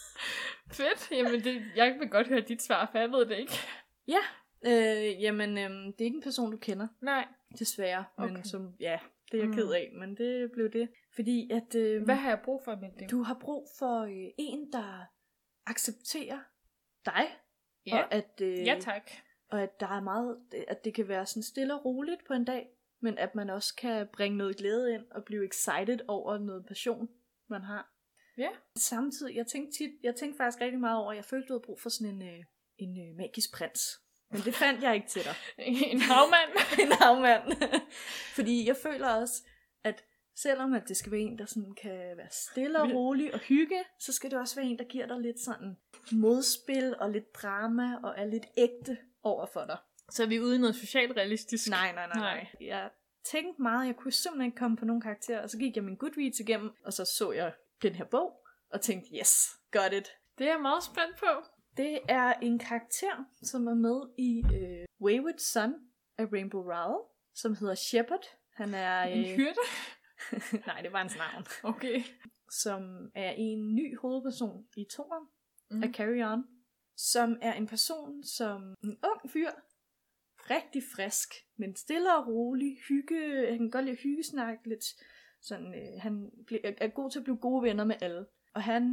Fedt. Jamen, jeg vil godt høre dit svar, for jeg ved det ikke. Ja. Jamen, det er ikke en person, du kender. Nej. Desværre. Men Okay. som, ja, det er jeg ked af, men det blev det. Fordi at... Hvad har jeg brug for i mit liv? Du har brug for en, der accepterer dig. Ja. Og at, Ja, tak. Og at der er meget, at det kan være sådan stille og roligt på en dag, men at man også kan bringe noget glæde ind og blive excited over noget passion, man har. Ja. Samtidig, jeg tænkte faktisk rigtig meget over, at jeg følte, du havde brug for sådan en magisk prins. Men det fandt jeg ikke til dig. En havmand. En havmand. Fordi jeg føler også, at selvom at det skal være en, der sådan kan være stille og rolig og hygge, så skal det også være en, der giver dig lidt sådan modspil og lidt drama og er lidt ægte over for dig. Så er vi ude i noget socialt realistisk? Nej. Jeg tænkte meget, jeg kunne simpelthen ikke komme på nogen karakterer, og så gik jeg min Goodreads igennem, og så jeg den her bog, og tænkte, yes, got it. Det er jeg meget spændt på. Det er en karakter, som er med i Wayward Son af Rainbow Rowell, som hedder Shepard. Han er... En hyrde? Nej, det var hans navn. Okay. Som er en ny hovedperson i toren af Carry On, som er en person som en ung fyr, rigtig frisk, men stille og rolig, han kan godt lide at hyggesnakke lidt, sådan, han er god til at blive gode venner med alle, og han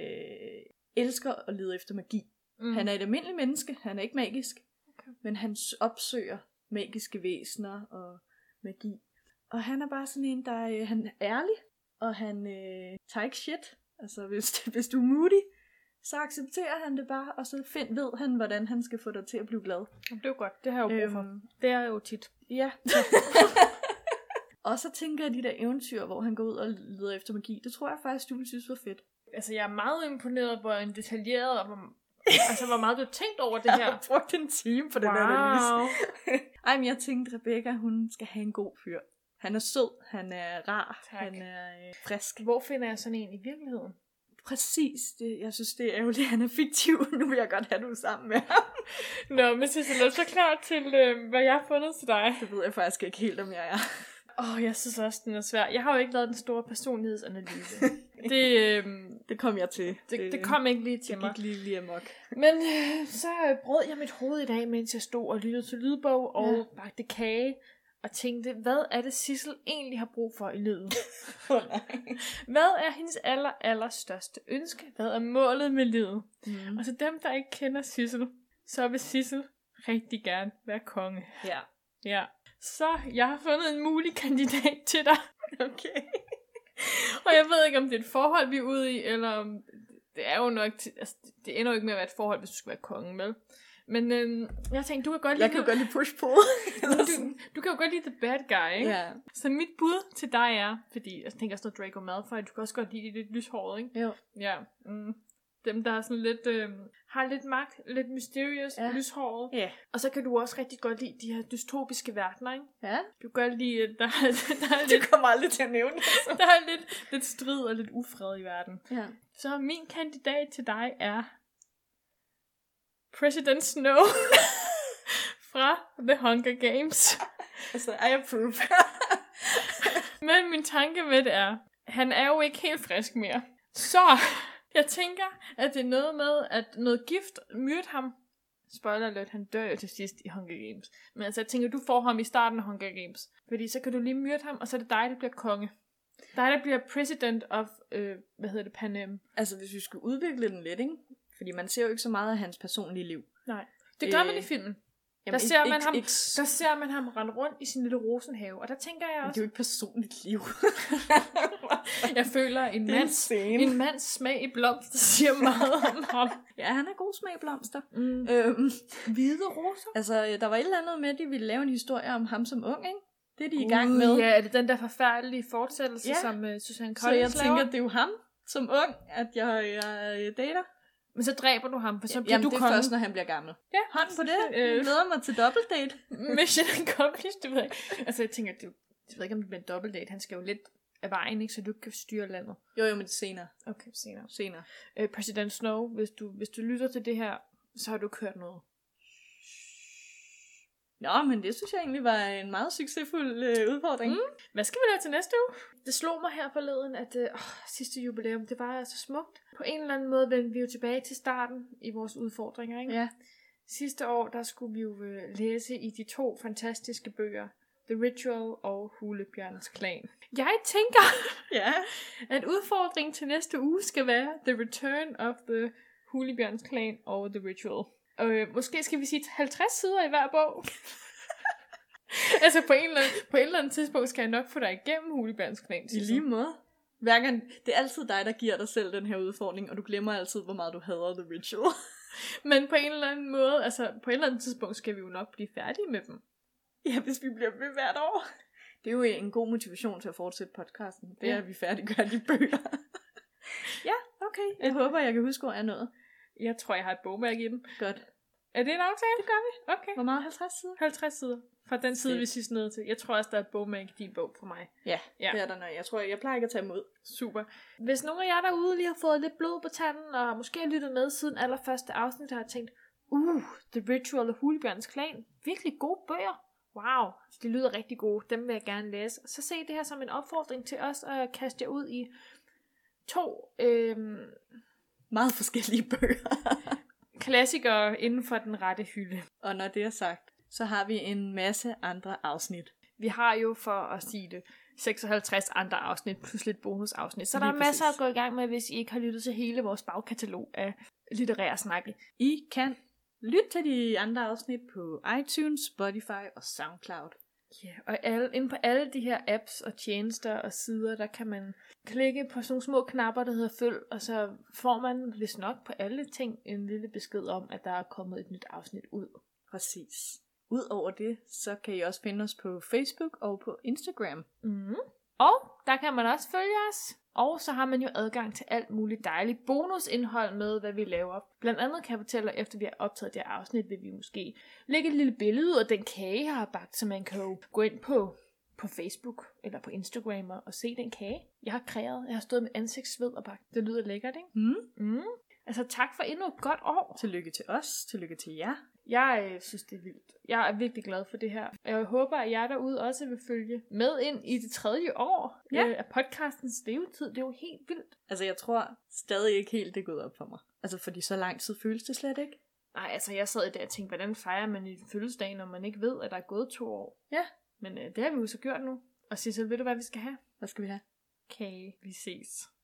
elsker at lede efter magi. Han er et almindeligt menneske, han er ikke magisk, men han opsøger magiske væsener og magi. Og han er bare sådan en, der han er ærlig, og han tager ikke shit. Altså, hvis du er moody, så accepterer han det bare, og så ved han, hvordan han skal få dig til at blive glad. Det er jo godt, det har jeg jo brug for. Det er jo tit. Ja. Og så tænker jeg de der eventyr, hvor han går ud og leder efter magi. Det tror jeg faktisk, du vil synes var fedt. Altså, jeg er meget imponeret, hvor en detaljeret, og hvor meget du har tænkt over det her. Jeg har brugt en time på den her analyse. Ej, men jeg tænkte, Rebecca, hun skal have en god fyr. Han er sød, han er rar, tak. Han er frisk. Hvor finder jeg sådan en i virkeligheden? Præcis, jeg synes det er ærgerligt, han er fiktiv. Nu vil jeg godt have du sammen med ham. Nå, men Sissel, er så klar til, hvad jeg har fundet til dig? Det ved jeg faktisk ikke helt, om jeg er. Jeg synes også, den er svær. Jeg har jo ikke lavet den store personlighedsanalyse. Det kom jeg til. Det kom ikke lige til mig. Det gik lige amok. Men så brød jeg mit hoved i dag, mens jeg stod og lyttede til lydbog og bagte kage. Og tænkte, hvad er det Sissel egentlig har brug for i livet? Hvad er hendes allerstørste ønske? Hvad er målet med livet? Og så dem, der ikke kender Sissel, så vil Sissel rigtig gerne være konge. Ja. Så jeg har fundet en mulig kandidat til dig. Okay. Og jeg ved ikke, om det er et forhold, vi er ude i, eller om det er jo nok... det ender jo ikke med at være et forhold, hvis du skal være konge med. Men jeg tænkte, du kan godt lide... Jeg kan jo godt lide push-pull. du kan jo godt lide the bad guy, ikke? Ja. Så mit bud til dig er, fordi jeg tænker sådan noget Draco Malfoy, du kan også godt lide lidt lyshåret, ikke? Jo. Ja. Dem, der er sådan lidt, har lidt magt, lidt mysterious, lyshåret. Ja. Og så kan du også rigtig godt lide de her dystopiske verdener, ikke? Ja. Du kan godt lide, at der er lidt... Du kommer aldrig til at nævne det. Der er lidt strid og lidt ufred i verden. Ja. Så min kandidat til dig er President Snow fra The Hunger Games. Altså, I approve. Men min tanke med det er, han er jo ikke helt frisk mere. Så jeg tænker, at det er noget med, at noget gift myrdede ham. Spoiler alert, han dør jo til sidst i Hunger Games. Men altså, jeg tænker, du får ham i starten af Hunger Games. Fordi så kan du lige myrde ham, og så er det dig, der bliver konge. Dig, der bliver president of, Panem. Altså, hvis vi skulle udvikle den lidt, ikke? Fordi man ser jo ikke så meget af hans personlige liv. Nej, det gør man i filmen. Der ser man ham rende rundt i sin lille rosenhave, og der tænker jeg også... Det er jo ikke personligt liv. Jeg føler, en mands smag i blomster siger meget om ham. Ja, han har god smag i blomster. Hvide roser? Altså, der var et eller andet med, at de ville lave en historie om ham som ung, ikke? Det er de i gang med. Ja, er det den der forfærdelige fortsættelse, som Susanne Collins laver? Så jeg tænker, det er jo ham som ung, at jeg dater. Men så dræber du ham, for så bliver du det er først, når han bliver gammel. Ja. Hånd på det. Jeg glæder mig til dobbeltdate. Mission accomplished, det ved jeg ikke. Altså, jeg tænker, jeg ved ikke, om det bliver en dobbeltdate. Han skal jo lidt af vejen, ikke, så du kan styre landet. Jo, men det senere. Okay, senere. Præsident Snow, hvis du lytter til det her, så har du kørt noget. Nå, men det synes jeg egentlig var en meget succesfuld udfordring. Hvad skal vi lave til næste uge? Det slog mig her forleden, at sidste jubilæum, det var altså smukt. På en eller anden måde vendte vi jo tilbage til starten i vores udfordringer, ikke? Ja. Sidste år, der skulle vi jo læse i de 2 fantastiske bøger, The Ritual og Hulebjørnens Klan. Jeg tænker, at udfordringen til næste uge skal være The Return of the Hulebjørnens Klan og The Ritual. Måske skal vi sige 50 sider i hver bog. Altså på et eller andet tidspunkt skal jeg nok få dig igennem Hulebjørnens Klan. I lige måde. Hver gang, det er altid dig, der giver dig selv den her udfordring, og du glemmer altid, hvor meget du hader The Ritual. Men på en eller anden måde, altså på et eller andet tidspunkt skal vi jo nok blive færdige med dem. Ja, hvis vi bliver ved hvert år. Det er jo en god motivation til at fortsætte podcasten. Det er, at vi færdiggør de bøger. Ja, okay. Jeg håber, jeg kan huske, hvor jeg er nået. Jeg tror, jeg har et bogmærke i dem. Godt. Er det en aftale? Det gør vi. Okay. Hvor meget? 50 sider? 50 sider. Fra den side, vi sidst nede til. Jeg tror også, der er et bogmærke i din bog for mig. Ja, det er der, når jeg plejer ikke at tage imod. Super. Hvis nogen af jer derude lige har fået lidt blod på tanden, og måske har lyttet med siden allerførste afsnit, har tænkt, The Ritual og Hulebjørnens Klan. Virkelig gode bøger. Wow, de lyder rigtig gode. Dem vil jeg gerne læse. Så se det her som en opfordring til os at kaste jer ud i 2 meget forskellige bøger. Klassikere inden for den rette hylde. Og når det er sagt, så har vi en masse andre afsnit. Vi har jo, for at sige det, 56 andre afsnit, plus lidt bonusafsnit. Så lige der er masser at gå i gang med, hvis I ikke har lyttet til hele vores bagkatalog af litterære snakke. I kan lytte til de andre afsnit på iTunes, Spotify og SoundCloud. Ja, og inde på alle de her apps og tjenester og sider, der kan man klikke på sådan nogle små knapper, der hedder følg, og så får man vist nok på alle ting en lille besked om, at der er kommet et nyt afsnit ud. Præcis. Udover det, så kan I også finde os på Facebook og på Instagram. Og der kan man også følge os. Og så har man jo adgang til alt muligt dejligt bonusindhold med, hvad vi laver. Blandt andet kan jeg fortælle, at efter vi har optaget det her afsnit, vil vi måske lægge et lille billede ud af den kage, jeg har bagt, så man kan jo gå ind på Facebook eller på Instagram og se den kage, jeg har kreeret. Jeg har stået med ansigtssved og bagt. Det lyder lækkert, ikke? Altså tak for endnu et godt år. Tillykke til os, tillykke til jer. Jeg synes, det er vildt. Jeg er virkelig glad for det her. Jeg håber, at jer derude også vil følge med ind i det 3. år af podcastens levetid. Det er jo helt vildt. Altså, jeg tror stadig ikke helt, det er gået op for mig. Altså, fordi så lang tid føles det slet ikke. Nej, altså, jeg sad i dag og tænkte, hvordan fejrer man i fødselsdag, når man ikke ved, at der er gået 2 år? Ja. Men det har vi jo så gjort nu. Og Sissel, ved du, hvad vi skal have? Hvad skal vi have? Kage. Vi ses.